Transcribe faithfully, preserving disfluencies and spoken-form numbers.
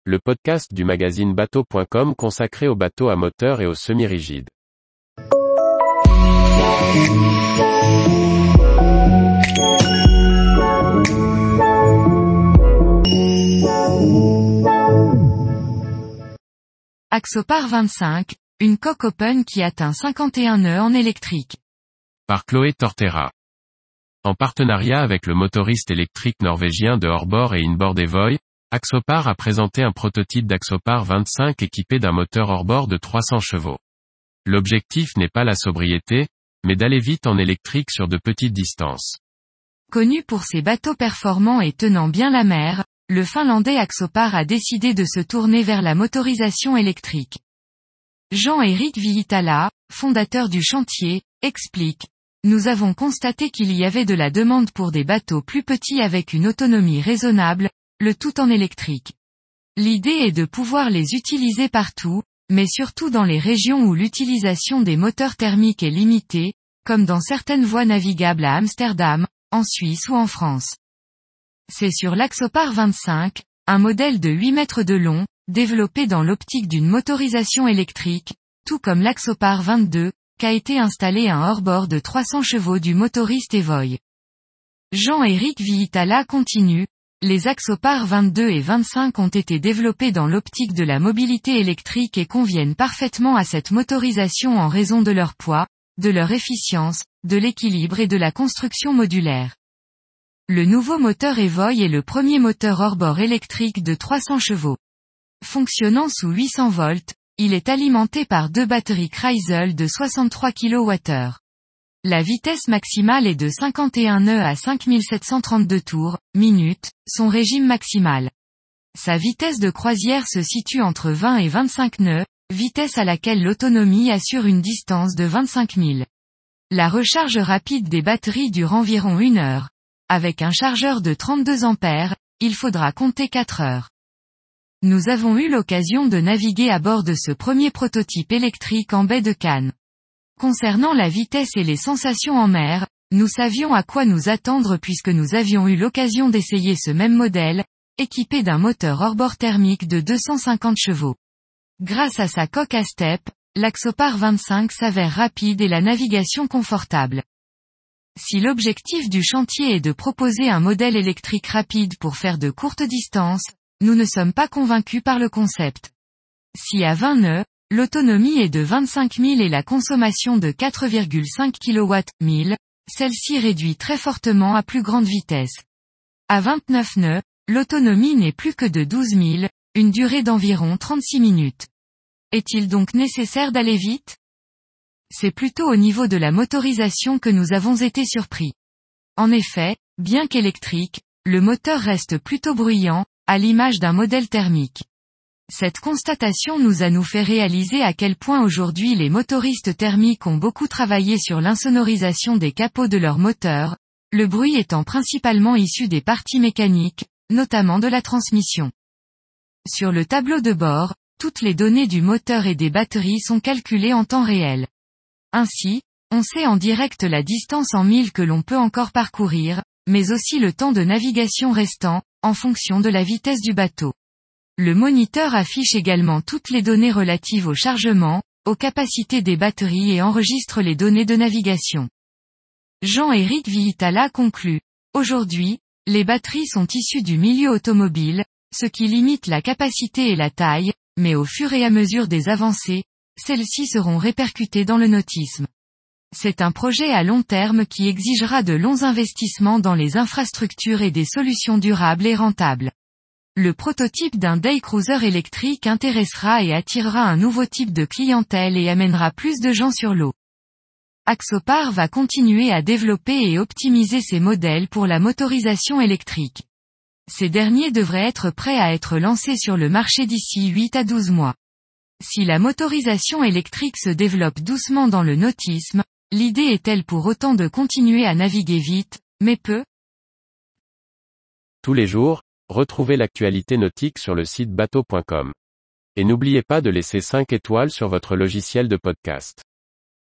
le podcast du magazine bateau point com consacré aux bateaux à moteur et aux semi-rigides. Axopar vingt-cinq, une coque open qui atteint cinquante et un nœuds en électrique. Par Chloé Tortera. En partenariat avec le motoriste électrique norvégien de hors-bord et inboard Evoy, Axopar a présenté un prototype d'Axopar vingt-cinq équipé d'un moteur hors-bord de trois cents chevaux. L'objectif n'est pas la sobriété, mais d'aller vite en électrique sur de petites distances. Connu pour ses bateaux performants et tenant bien la mer, le Finlandais Axopar a décidé de se tourner vers la motorisation électrique. Jean-Éric Viitala, fondateur du chantier, explique: nous avons constaté qu'il y avait de la demande pour des bateaux plus petits avec une autonomie raisonnable, le tout en électrique. L'idée est de pouvoir les utiliser partout, mais surtout dans les régions où l'utilisation des moteurs thermiques est limitée, comme dans certaines voies navigables à Amsterdam, en Suisse ou en France. C'est sur l'Axopar vingt-cinq, un modèle de huit mètres de long, développé dans l'optique d'une motorisation électrique, tout comme l'Axopar vingt-deux, qu'a été installé un hors-bord de trois cents chevaux du motoriste Evoy. Jean-Éric Viitala continue: les Axopar vingt-deux et vingt-cinq ont été développés dans l'optique de la mobilité électrique et conviennent parfaitement à cette motorisation en raison de leur poids, de leur efficience, de l'équilibre et de la construction modulaire. Le nouveau moteur Evoy est le premier moteur hors-bord électrique de trois cents chevaux. Fonctionnant sous huit cents volts, il est alimenté par deux batteries Kreisel de soixante-trois kilowattheures. La vitesse maximale est de cinquante et un nœuds à cinq mille sept cent trente-deux tours, minutes, son régime maximal. Sa vitesse de croisière se situe entre vingt et vingt-cinq nœuds, vitesse à laquelle l'autonomie assure une distance de vingt-cinq milles. La recharge rapide des batteries dure environ une heure. Avec un chargeur de trente-deux ampères, il faudra compter quatre heures. Nous avons eu l'occasion de naviguer à bord de ce premier prototype électrique en baie de Cannes. Concernant la vitesse et les sensations en mer, nous savions à quoi nous attendre puisque nous avions eu l'occasion d'essayer ce même modèle, équipé d'un moteur hors-bord thermique de deux cent cinquante chevaux. Grâce à sa coque à step, l'Axopar vingt-cinq s'avère rapide et la navigation confortable. Si l'objectif du chantier est de proposer un modèle électrique rapide pour faire de courtes distances, nous ne sommes pas convaincus par le concept. Si à vingt nœuds, l'autonomie est de vingt-cinq milles et la consommation de quatre virgule cinq kilowattheures, celle-ci réduit très fortement à plus grande vitesse. À vingt-neuf nœuds, l'autonomie n'est plus que de douze milles, une durée d'environ trente-six minutes. Est-il donc nécessaire d'aller vite ? C'est plutôt au niveau de la motorisation que nous avons été surpris. En effet, bien qu'électrique, le moteur reste plutôt bruyant, à l'image d'un modèle thermique. Cette constatation nous a nous fait réaliser à quel point aujourd'hui les motoristes thermiques ont beaucoup travaillé sur l'insonorisation des capots de leurs moteurs, le bruit étant principalement issu des parties mécaniques, notamment de la transmission. Sur le tableau de bord, toutes les données du moteur et des batteries sont calculées en temps réel. Ainsi, on sait en direct la distance en milles que l'on peut encore parcourir, mais aussi le temps de navigation restant, en fonction de la vitesse du bateau. Le moniteur affiche également toutes les données relatives au chargement, aux capacités des batteries et enregistre les données de navigation. Jean-Éric Viitala conclut: aujourd'hui, les batteries sont issues du milieu automobile, ce qui limite la capacité et la taille, mais au fur et à mesure des avancées, celles-ci seront répercutées dans le nautisme. C'est un projet à long terme qui exigera de longs investissements dans les infrastructures et des solutions durables et rentables. Le prototype d'un day cruiser électrique intéressera et attirera un nouveau type de clientèle et amènera plus de gens sur l'eau. Axopar va continuer à développer et optimiser ses modèles pour la motorisation électrique. Ces derniers devraient être prêts à être lancés sur le marché d'ici huit à douze mois. Si la motorisation électrique se développe doucement dans le nautisme, l'idée est-elle pour autant de continuer à naviguer vite, mais peu ? Tous les jours, retrouvez l'actualité nautique sur le site bateau point com. Et n'oubliez pas de laisser cinq étoiles sur votre logiciel de podcast.